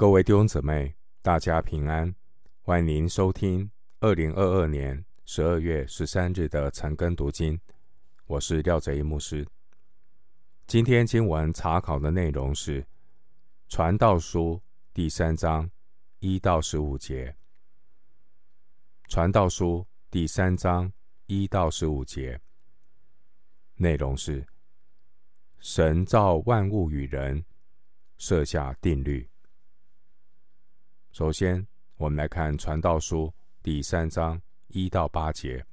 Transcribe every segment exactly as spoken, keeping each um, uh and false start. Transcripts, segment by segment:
各位弟兄姊妹，大家平安，欢迎您收听二零二二年十二月十三日的晨更读经。我是廖哲一牧师。今天经文查考的内容是传道书第三章一到十五节。传道书第三章一到十五节，内容是神造万物与人，设下定律。首先，我们来看传道书第三章一到八节。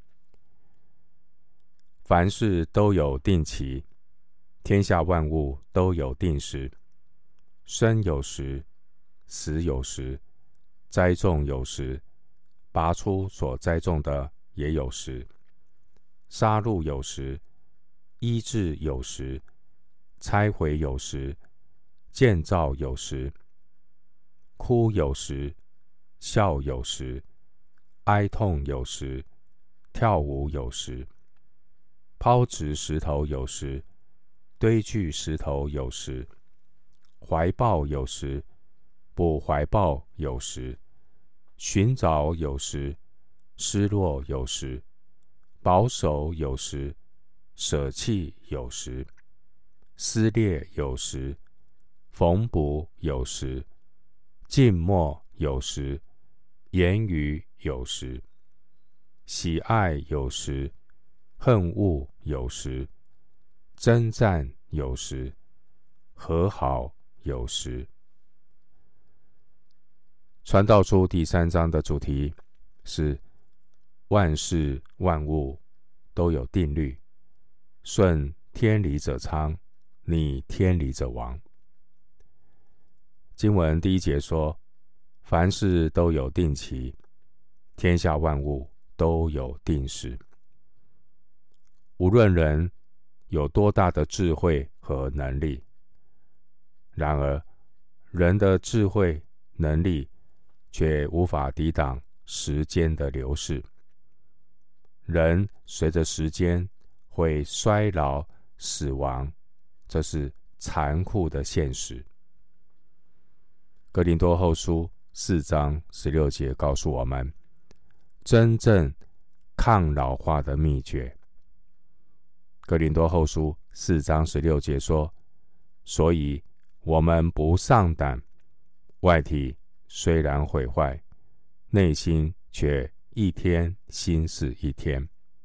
凡事都有定期，天下万物都有定时。生有时，死有时，栽种有时，拔出所栽种的也有时，杀戮有时，医治有时，拆毁有时，建造有时，哭有时，笑有时，哀痛有时，跳舞有时，抛掷石头有时，堆聚石头有时，怀抱有时，不怀抱有时，寻找有时，失落有时，保守有时，舍弃有时，撕裂有时，缝补有时，静默有时，言语有时，喜爱有时，恨恶有时，征战有时，和好有时。传道书第三章的主题是万事万物都有定律，顺天理者昌，逆天理者亡。经文第一节说，凡事都有定期，天下万物都有定时。无论人有多大的智慧和能力，然而人的智慧能力却无法抵挡时间的流逝。人随着时间会衰老死亡，这是残酷的现实。哥林多后书四章十六节告诉我们，真正抗老化的秘诀。哥林多后书四章十六节说，所以我们不丧胆，外体虽然毁坏，内心却一天新似一天。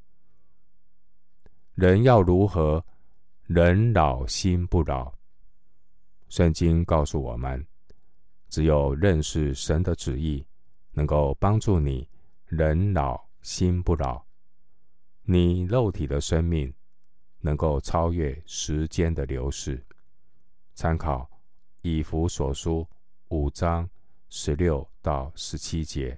人要如何人老心不老？圣经告诉我们，只有认识神的旨意，能够帮助你人老心不老，你肉体的生命能够超越时间的流逝。参考以弗所书五章十六到十七节。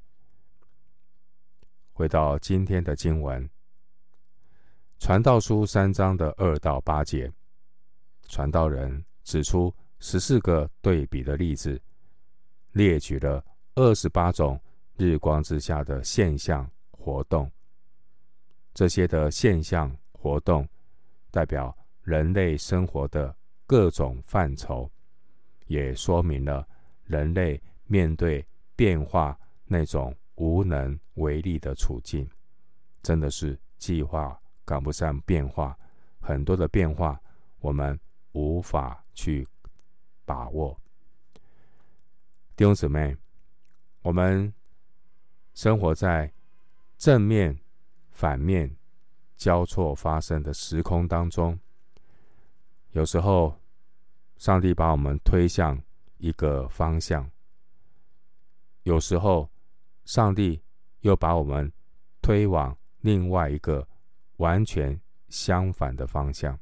回到今天的经文，传道书三章的二到八节，传道人指出十四个对比的例子，列举了二十八种日光之下的现象活动。这些的现象活动代表人类生活的各种范畴，也说明了人类面对变化那种无能为力的处境。真的是计划赶不上变化，很多的变化我们无法去把握。弟兄姊妹，我们生活在正面反面交错发生的时空当中，有时候上帝把我们推向一个方向，有时候上帝又把我们推往另外一个完全相反的方向。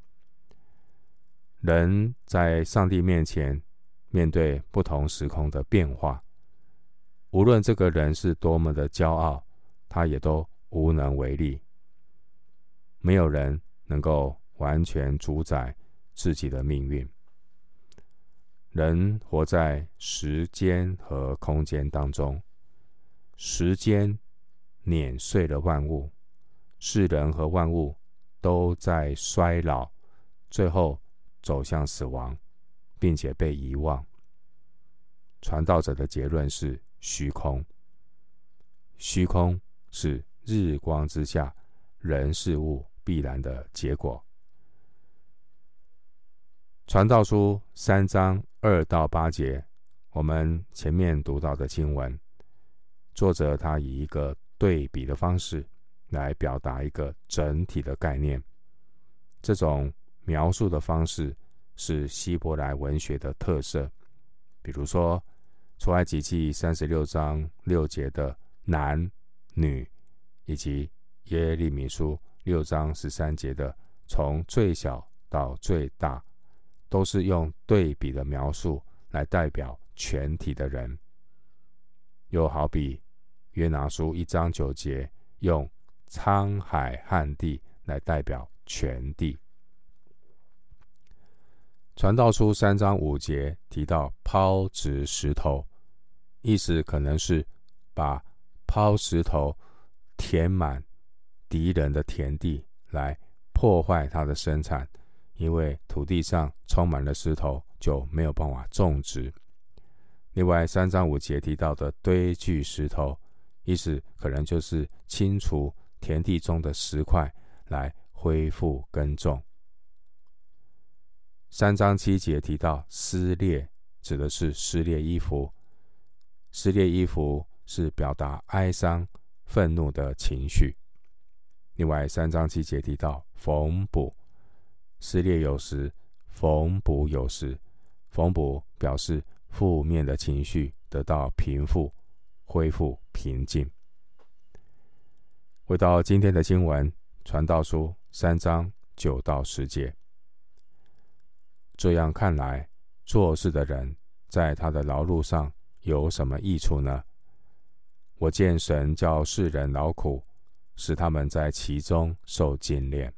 人在上帝面前面对不同时空的变化，无论这个人是多么的骄傲，他也都无能为力。没有人能够完全主宰自己的命运。人活在时间和空间当中，时间碾碎了万物，世人和万物都在衰老，最后走向死亡，并且被遗忘。 传道者的结论是虚空。虚空是日光之下人事物必然的结果。传道书三章二到八节，我们前面读到的经文，作者他以一个对比的方式来表达一个整体的概念。这种描述的方式是希伯来文学的特色。比如说出埃及记三十六章六节的男女，以及耶利米书六章十三节的从最小到最大，都是用对比的描述来代表全体的人。又好比约拿书一章九节用沧海旱地来代表全地。传道书三章五节提到抛掷石头，意思可能是把抛石头填满敌人的田地，来破坏他的生产，因为土地上充满了石头，就没有办法种植。另外三章五节提到的堆聚石头，意思可能就是清除田地中的石块，来恢复耕种。三章七节提到撕裂，指的是撕裂衣服。撕裂衣服是表达哀伤、愤怒的情绪。另外三章七节提到缝补，撕裂有时，缝补有时。缝补表示负面的情绪得到平复，恢复平静。回到今天的经文，传道书三章九到十节。这样看来，做事的人在他的劳碌上有什么益处呢？我见神叫世人劳苦，使他们在其中受精炼。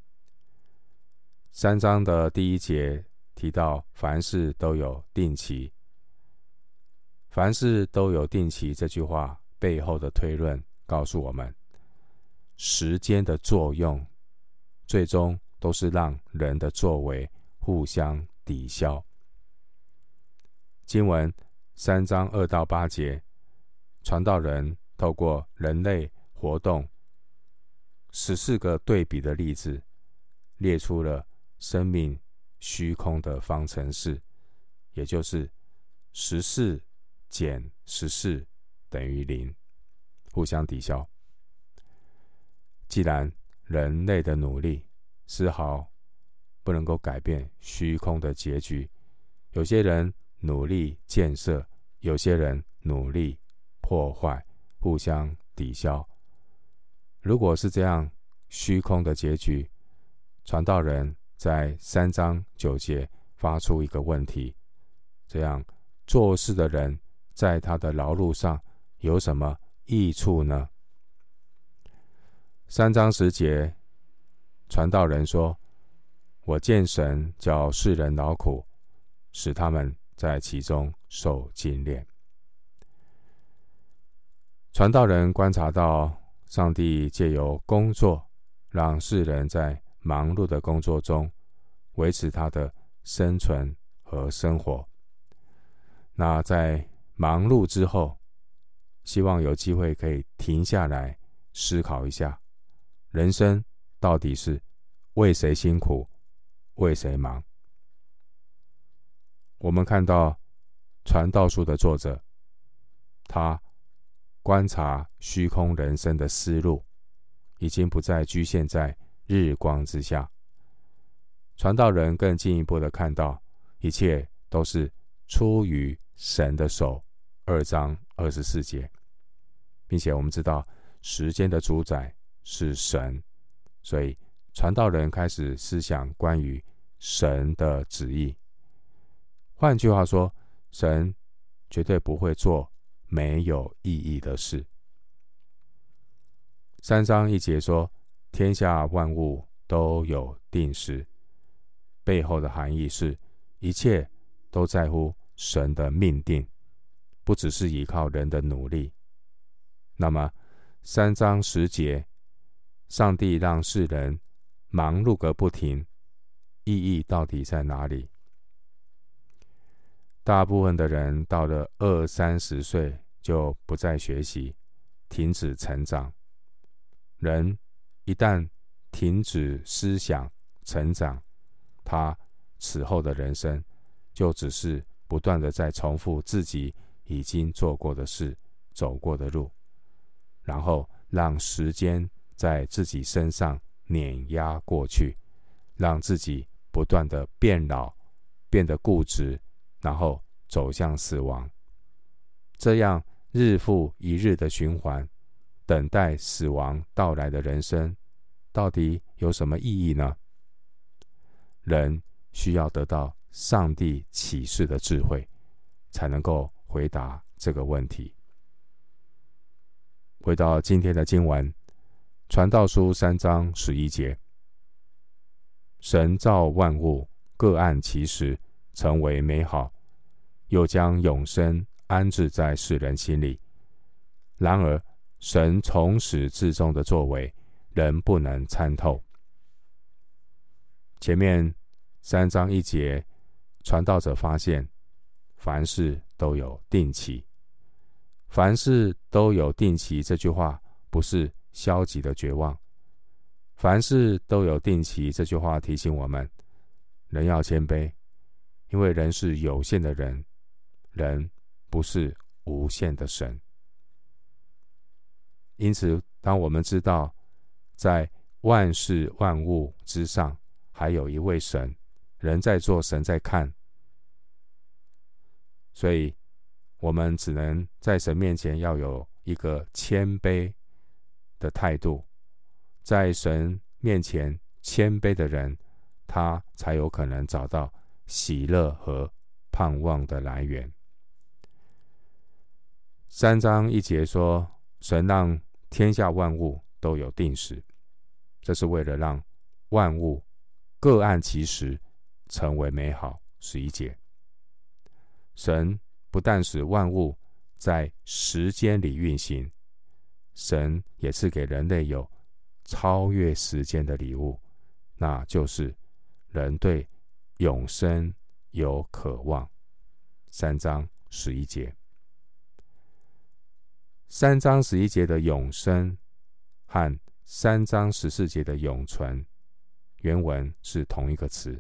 三章的第一节提到凡事都有定期。凡事都有定期这句话背后的推论告诉我们，时间的作用最终都是让人的作为互相抵消。经文三章二到八节，传道人透过人类活动十四个对比的例子，列出了生命虚空的方程式，也就是十四减十四等于零，互相抵消。既然人类的努力丝毫不能够改变虚空的结局，有些人努力建设，有些人努力破坏，互相抵消。如果是这样虚空的结局，传道人在三章九节发出一个问题：这样做事的人在他的劳碌上有什么益处呢？三章十节，传道人说：我见神叫世人劳苦，使他们在其中受精炼。传道人观察到，上帝借由工作，让世人在忙碌的工作中维持他的生存和生活。那在忙碌之后，希望有机会可以停下来思考一下，人生到底是为谁辛苦，为谁忙？我们看到传道书的作者，他观察虚空人生的思路，已经不再局限在日光之下。传道人更进一步的看到，一切都是出于神的手，二章二十四节，并且我们知道时间的主宰是神，所以传道人开始思想关于神的旨意。换句话说，神绝对不会做没有意义的事。三章一节说，天下万物都有定时，背后的含义是，一切都在乎神的命定，不只是依靠人的努力。那么三章十节，上帝让世人忙碌个不停，意义到底在哪里？ 大部分的人到了二三十岁就不再学习，停止成长。人一旦停止思想成长，他此后的人生就只是不断的在重复自己已经做过的事，走过的路，然后让时间在自己身上碾压过去，让自己不断的变老，变得固执，然后走向死亡。这样日复一日的循环，等待死亡到来的人生，到底有什么意义呢？人需要得到上帝启示的智慧，才能够回答这个问题。回到今天的经文，传道书三章十一节，神造万物，各按其时，成为美好，又将永生安置在世人心里。然而神从始至终的作为，人不能参透。前面三章一节，传道者发现凡事都有定期。凡事都有定期这句话不是消极的绝望，凡事都有定期这句话提醒我们，人要谦卑，因为人是有限的人，人不是无限的神。因此当我们知道在万事万物之上还有一位神，人在做，神在看，所以我们只能在神面前要有一个谦卑的态度。在神面前谦卑的人，他才有可能找到喜乐和盼望的来源。三章一节说，神让天下万物都有定时，这是为了让万物各按其时，成为美好。十一节，神不但使万物在时间里运行，神也赐给人类有超越时间的礼物，那就是人对永生有渴望。三章十一节，三章十一节的永生和三章十四节的永存，原文是同一个词。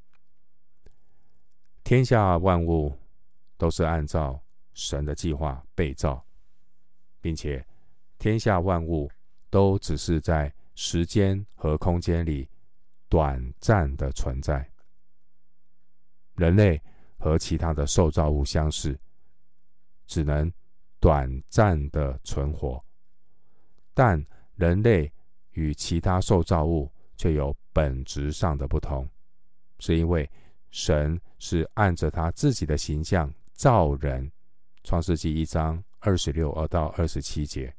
天下万物都是按照神的计划被造，并且天下万物都只是在时间和空间里短暂的存在。人类和其他的受造物相似，只能短暂的存活，但人类与其他受造物却有本质上的不同，是因为神是按着他自己的形象造人。创世纪一章二十六到二十七节，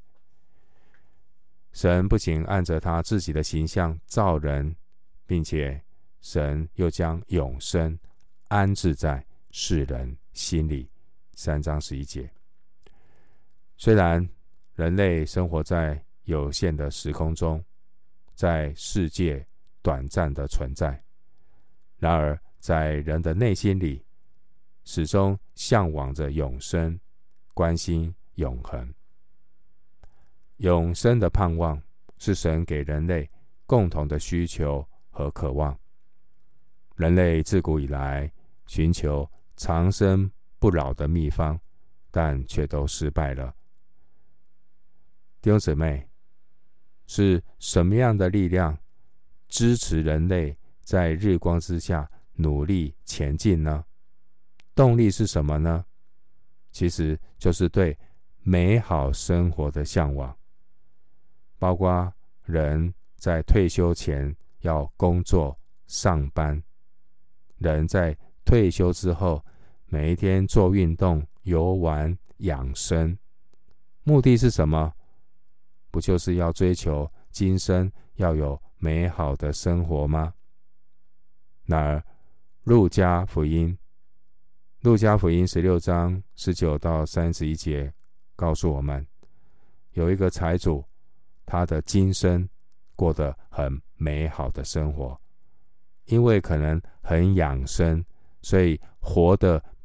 神不仅按着他自己的形象造人，并且神又将永生安置在世人心里。三章十一节，虽然人类生活在有限的时空中，在世界短暂的存在，然而在人的内心里，始终向往着永生，关心永恒。永生的盼望是神给人类共同的需求和渴望。人类自古以来寻求长生不老的秘方，但却都失败了。弟兄姊妹，是什么样的力量支持人类在日光之下努力前进呢？动力是什么呢？其实就是对美好生活的向往，包括人在退休前要工作上班，人在退休之后每一天做运动、游玩、养生，目的是什么？不就是要追求今生要有美好的生活吗？然而路加福音路加福音十六章十九到三十一节告诉我们，有一个财主，他的今生过得很美好的生活，因为可能很养生，所以活得比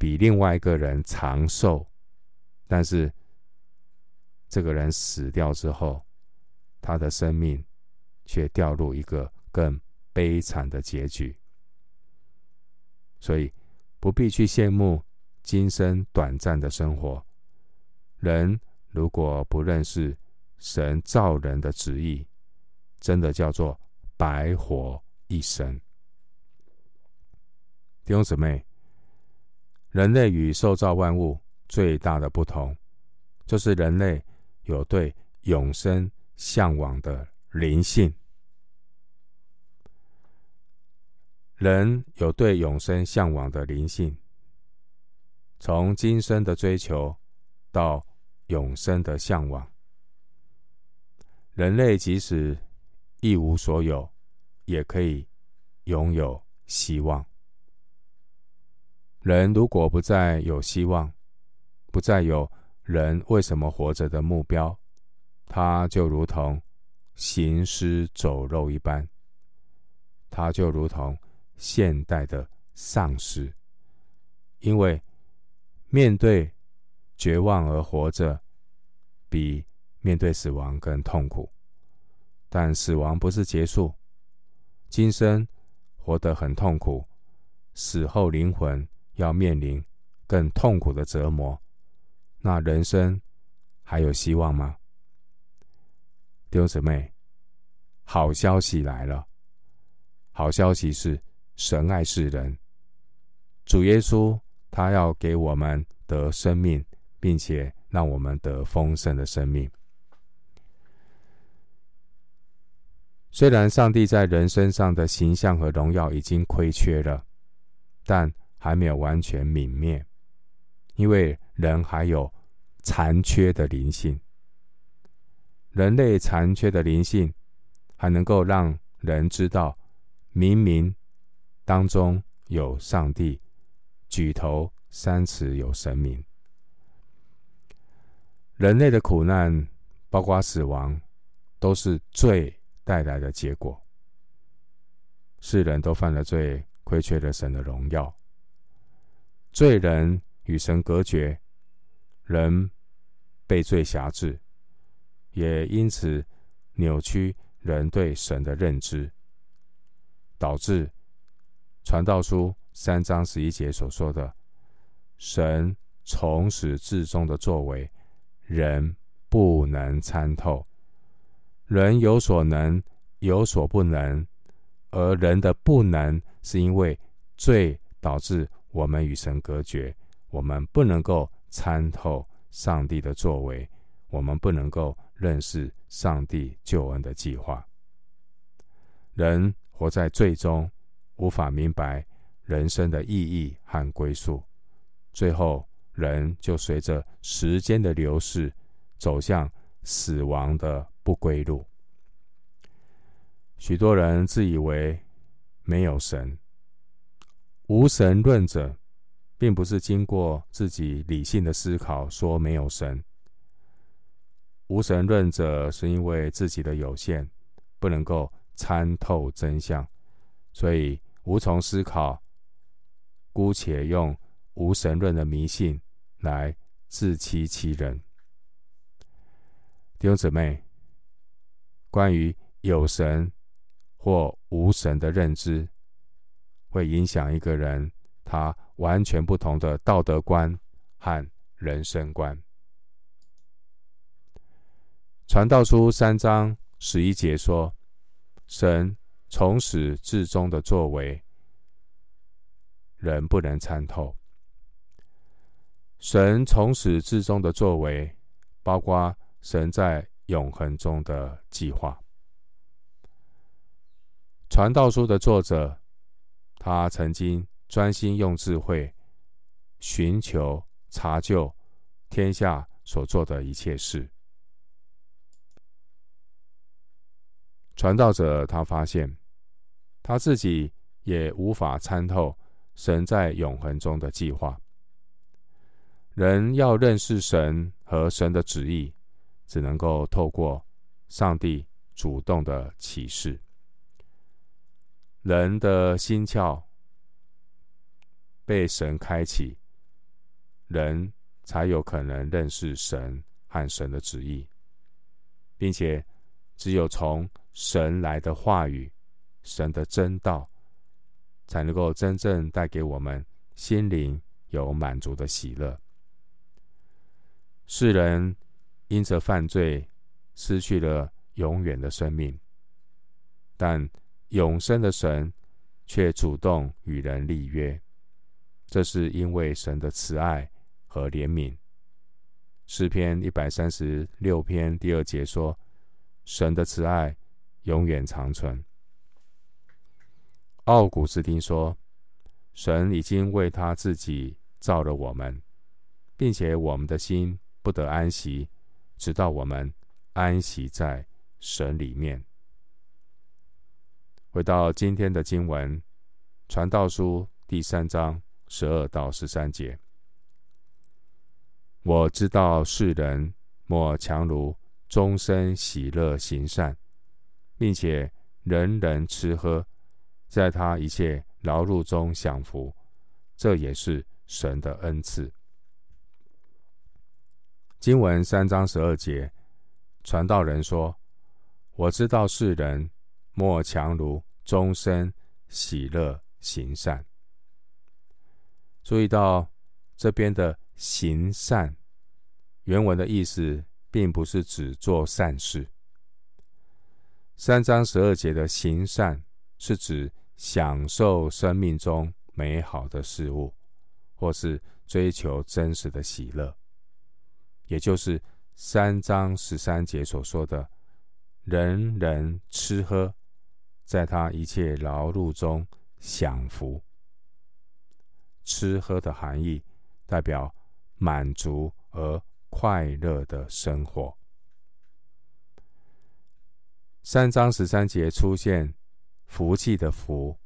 比另外一个人长寿，但是这个人死掉之后，他的生命却掉入一个更悲惨的结局。所以不必去羡慕今生短暂的生活。人如果不认识神造人的旨意，真的叫做白活一生。弟兄姊妹，人类与受造万物最大的不同，就是人类有对永生向往的灵性。人有对永生向往的灵性，从今生的追求到永生的向往。人类即使一无所有，也可以拥有希望。人如果不再有希望，不再有人为什么活着的目标，他就如同行尸走肉一般，他就如同现代的丧尸。因为面对绝望而活着，比面对死亡更痛苦。但死亡不是结束，今生活得很痛苦，死后灵魂要面临更痛苦的折磨，那人生还有希望吗？弟兄姊妹，好消息来了。好消息是神爱世人，主耶稣他要给我们得生命，并且让我们得丰盛的生命。虽然上帝在人身上的形象和荣耀已经亏缺了，但还没有完全泯灭，因为人还有残缺的灵性。人类残缺的灵性还能够让人知道冥冥当中有上帝，举头三尺有神明。人类的苦难包括死亡，都是罪带来的结果。世人都犯了罪，亏缺了神的荣耀。罪人与神隔绝，人被罪辖制，也因此扭曲人对神的认知，导致传道书三章十一节所说的，神从始至终的作为，人不能参透。人有所能，有所不能，而人的不能是因为罪导致我们与神隔绝，我们不能够参透上帝的作为，我们不能够认识上帝救恩的计划。人活在罪中，无法明白人生的意义和归宿，最后人就随着时间的流逝，走向死亡的不归路。许多人自以为没有神，无神论者并不是经过自己理性的思考说没有神，无神论者是因为自己的有限，不能够参透真相，所以无从思考，姑且用无神论的迷信来自欺欺人。弟兄姊妹，关于有神或无神的认知，会影响一个人他完全不同的道德观和人生观。传道书三章十一节说，神从始至终的作为，人不能参透。神从始至终的作为，包括神在永恒中的计划。传道书的作者，他曾经专心用智慧寻求查究天下所做的一切事。传道者他发现，他自己也无法参透神在永恒中的计划。人要认识神和神的旨意，只能够透过上帝主动的启示。人的心窍被神开启， 人才有可能认识神和神的旨意，并且只有从神来的话语、神的真道，才能够真正带给我们心灵有满足的喜乐。世人因着犯罪失去了永远的生命，但永生的神却主动与人立约，这是因为神的慈爱和怜悯。诗篇一百三十六篇第二节说，神的慈爱永远长存。奥古斯丁说，神已经为他自己造了我们，并且我们的心不得安息，直到我们安息在神里面。回到今天的经文，传道书第三章十二到十三节。我知道世人莫强如终身喜乐行善，并且人人吃喝，在他一切劳碌中享福，这也是神的恩赐。经文三章十二节，传道人说，我知道世人莫强如终身喜乐行善。注意到这边的行善，原文的意思并不是指做善事。三章十二节的行善是指享受生命中美好的事物，或是追求真实的喜乐，也就是三章十三节所说的人人吃喝，在他一切劳碌中享福。吃喝的含义代表满足而快乐的生活。三章十三节出现福气的福，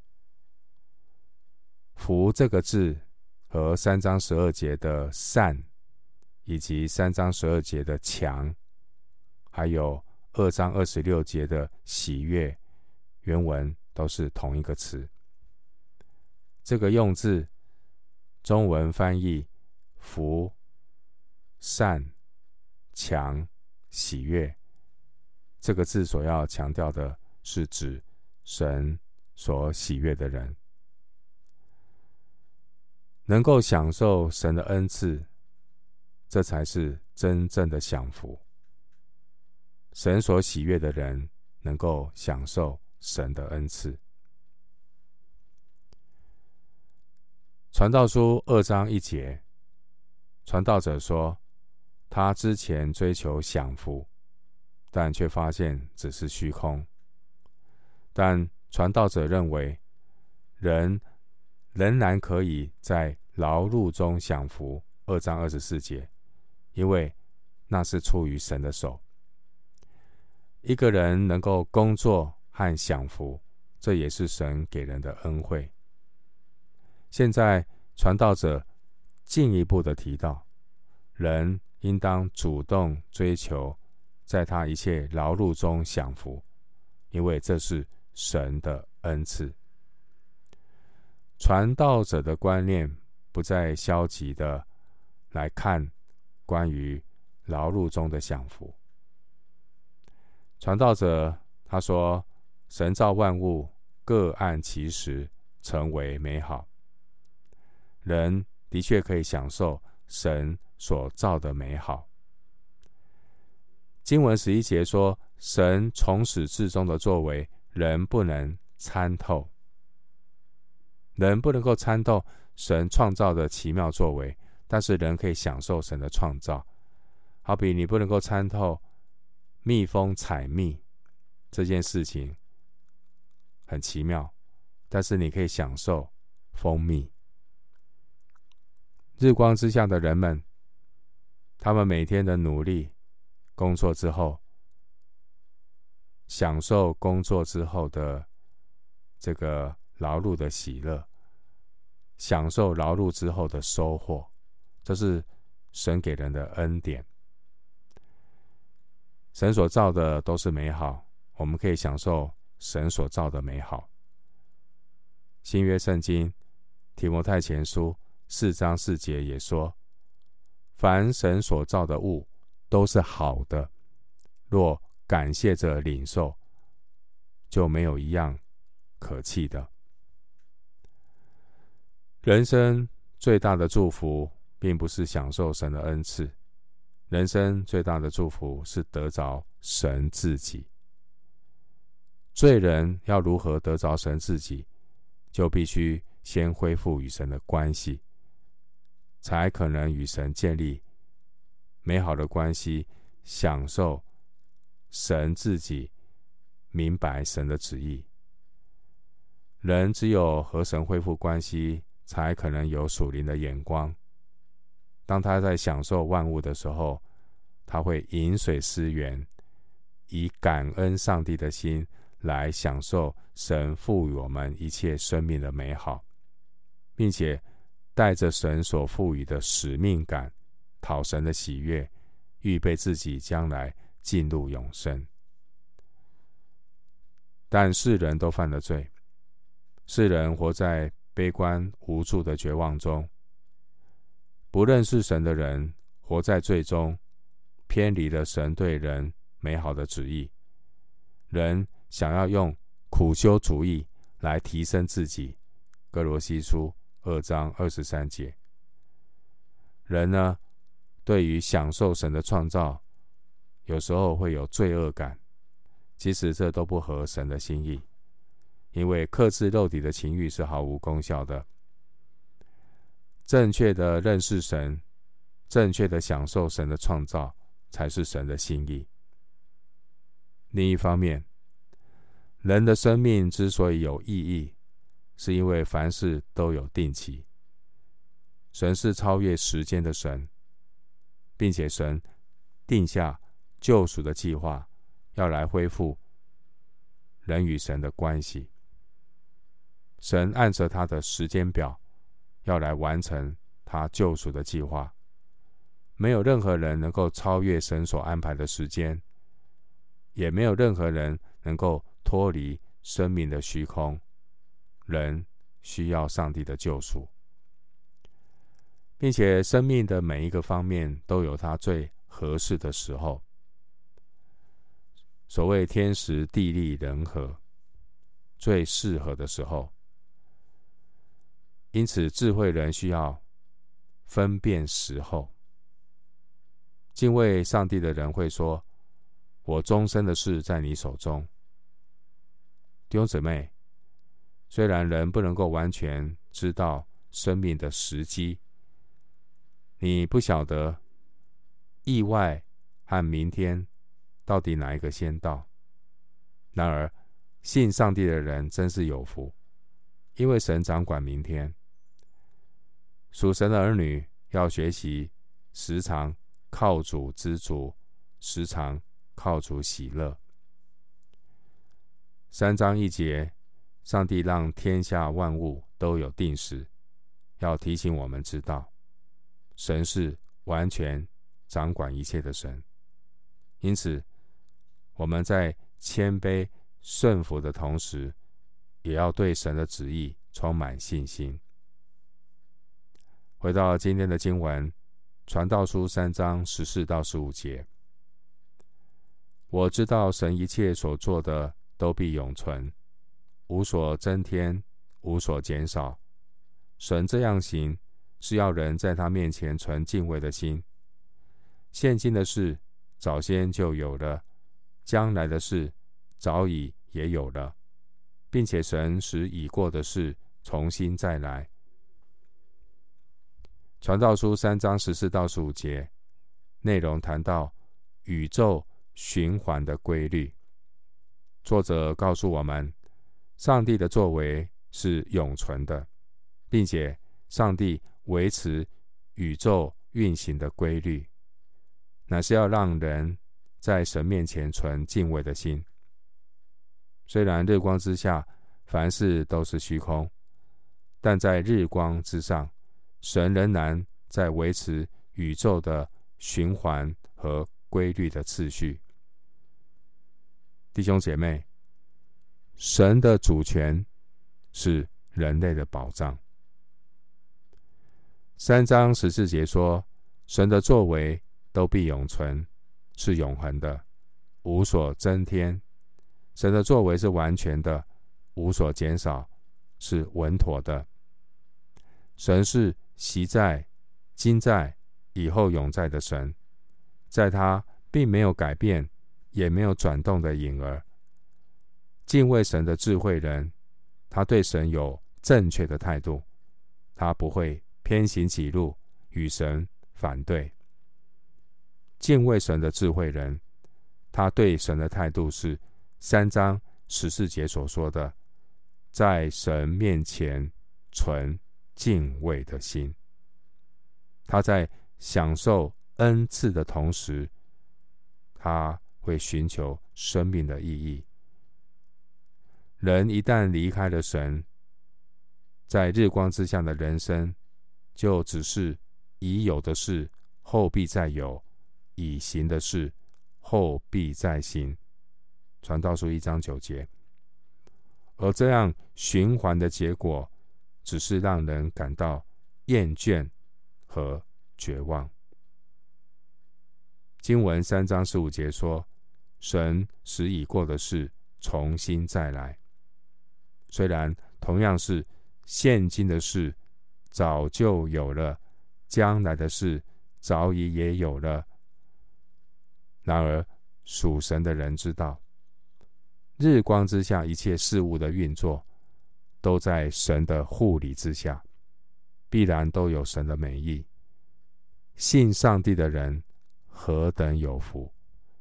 福这个字和三章十二节的善，以及三章十二节的强，还有二章二十六节的喜悦，原文都是同一个词。这个用字中文翻译福、善、强、喜悦，这个字所要强调的是指神所喜悦的人。能够享受神的恩赐，这才是真正的享福。神所喜悦的人能够享受神的恩赐。传道书二章一节，传道者说，他之前追求享福，但却发现只是虚空。但传道者认为，人仍然可以在劳碌中享福，二章二十四节，因为那是出于神的手。一个人能够工作和享福，这也是神给人的恩惠。现在传道者进一步的提到，人应当主动追求在他一切劳碌中享福，因为这是神的恩赐。传道者的观念不再消极的来看关于劳碌中的享福。传道者他说，神造万物各按其时，成为美好。人的确可以享受神所造的美好。经文十一节说，神从始至终的作为，人不能参透。人不能够参透神创造的奇妙作为，但是人可以享受神的创造。好比你不能够参透蜜蜂采蜜这件事情很奇妙，但是你可以享受蜂蜜。日光之下的人们，他们每天的努力工作之后，享受工作之后的这个劳碌的喜乐，享受劳碌之后的收获，这是神给人的恩典。神所造的都是美好，我们可以享受神所造的美好。新约圣经提摩太前书四章四节也说， 凡神所造的物都是好的，若感谢着领受，就没有一样可弃的。人生最大的祝福并不是享受神的恩赐，人生最大的祝福是得着神自己。罪人要如何得着神自己，就必须先恢复与神的关系，才可能与神建立美好的关系，享受神自己，明白神的旨意。人只有和神恢复关系，才可能有属灵的眼光。当他在享受万物的时候，他会饮水思源，以感恩上帝的心来享受神赋予我们一切生命的美好，并且带着神所赋予的使命感，讨神的喜悦，预备自己将来进入永生。但世人都犯了罪，世人活在悲观无助的绝望中，不认识神的人活在罪中，偏离了神对人美好的旨意。人想要用苦修主义来提升自己，哥罗西书二章二十三节。人呢，对于享受神的创造，有时候会有罪恶感，其实这都不合神的心意，因为克制肉体的情欲是毫无功效的。正确的认识神，正确的享受神的创造，才是神的心意。另一方面，人的生命之所以有意义，是因为凡事都有定期。神是超越时间的神，并且神定下救赎的计划，要来恢复人与神的关系。神按着他的时间表，要来完成他救赎的计划。没有任何人能够超越神所安排的时间，也没有任何人能够脱离生命的虚空。人需要上帝的救赎，并且生命的每一个方面都有它最合适的时候。所谓天时地利人和，最适合的时候。因此智慧人需要分辨时候。敬畏上帝的人会说，我终身的事在你手中。弟兄姊妹，虽然人不能够完全知道生命的时机，你不晓得意外和明天到底哪一个先到，然而信上帝的人真是有福，因为神掌管明天。属神的儿女要学习时常靠主知足，时常靠主喜乐。三章一节，上帝让天下万物都有定时，要提醒我们知道，神是完全掌管一切的神。因此，我们在谦卑顺服的同时，也要对神的旨意充满信心。回到今天的经文，传道书三章十四到十五节。我知道神一切所做的都必永存，无所增添，无所减少。神这样行，是要人在他面前存敬畏的心。现今的事早先就有了，将来的事早已也有了，并且神使已过的事重新再来。传道书三章十四到十五节，内容谈到宇宙循环的规律。作者告诉我们，上帝的作为是永存的，并且上帝维持宇宙运行的规律，乃是要让人在神面前存敬畏的心。虽然日光之下凡事都是虚空，但在日光之上，神仍然在维持宇宙的循环和规律的次序。弟兄姐妹，神的主权是人类的保障。三章十四节说， 神的作为都必永存，是永恒的，无所增添。神的作为是完全的，无所减少，是稳妥的。神是昔在、今在、以后永在的神，在他并没有改变，也没有转动的影儿。敬畏神的智慧人，他对神有正确的态度，他不会偏行己路，与神反对。敬畏神的智慧人，他对神的态度是三章十四节所说的，在神面前存敬畏的心。他在享受恩赐的同时，他会寻求生命的意义。人一旦离开了神，在日光之下的人生就只是已有的事后必再有，已行的事后必再行。传道书一章九节。而这样循环的结果，只是让人感到厌倦和绝望。经文三章十五节说，神使已过的事重新再来。虽然同样是现今的事早就有了，将来的事早已也有了，然而属神的人知道，日光之下一切事物的运作都在神的护理之下，必然都有神的美意。信上帝的人何等有福！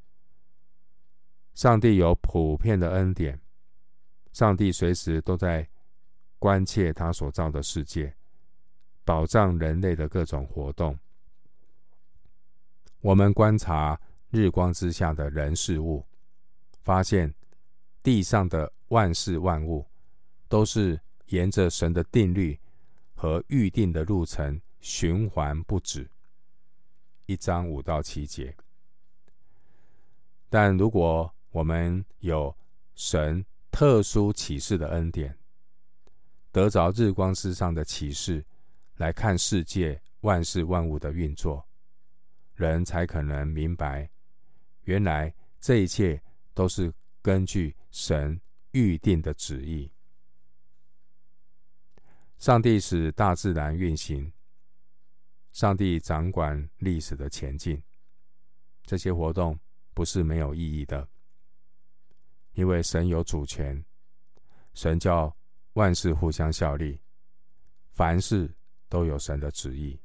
上帝有普遍的恩典，上帝随时都在关切他所造的世界，保障人类的各种活动。我们观察日光之下的人事物，发现地上的万事万物都是沿着神的定律和预定的路程循环不止。一章五到七节。但如果我们有神特殊启示的恩典，得着日光之上的启示来看世界万事万物的运作，人才可能明白，原来这一切都是根据神预定的旨意。上帝使大自然运行，上帝掌管历史的前进，这些活动不是没有意义的，因为神有主权，神叫万事互相效力，凡事都有神的旨意。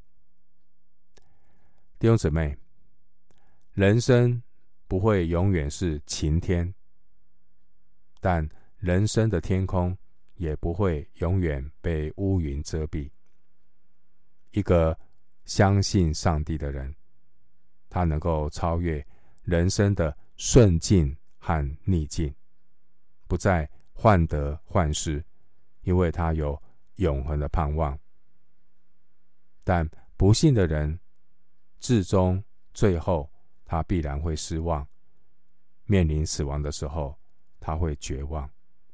弟兄姊妹，人生不会永远是晴天，但人生的天空也不会永远被乌云遮蔽。一个相信上帝的人，他能够超越人生的顺境和逆境，不再患得患失，因为他有永恒的盼望。但不信的人，至终最后他必然会失望，面临死亡的时候，他会绝望。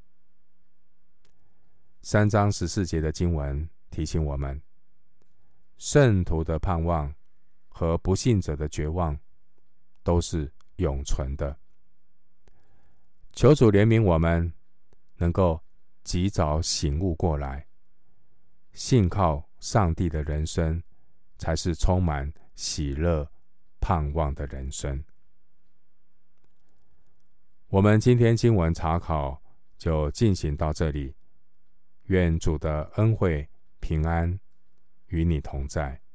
三章十四节的经文提醒我们，圣徒的盼望和不信者的绝望都是永存的。求主怜悯我们，能够及早醒悟过来，信靠上帝的人生才是充满喜乐盼望的人生。我们今天经文查考就进行到这里，愿主的恩惠平安与你同在。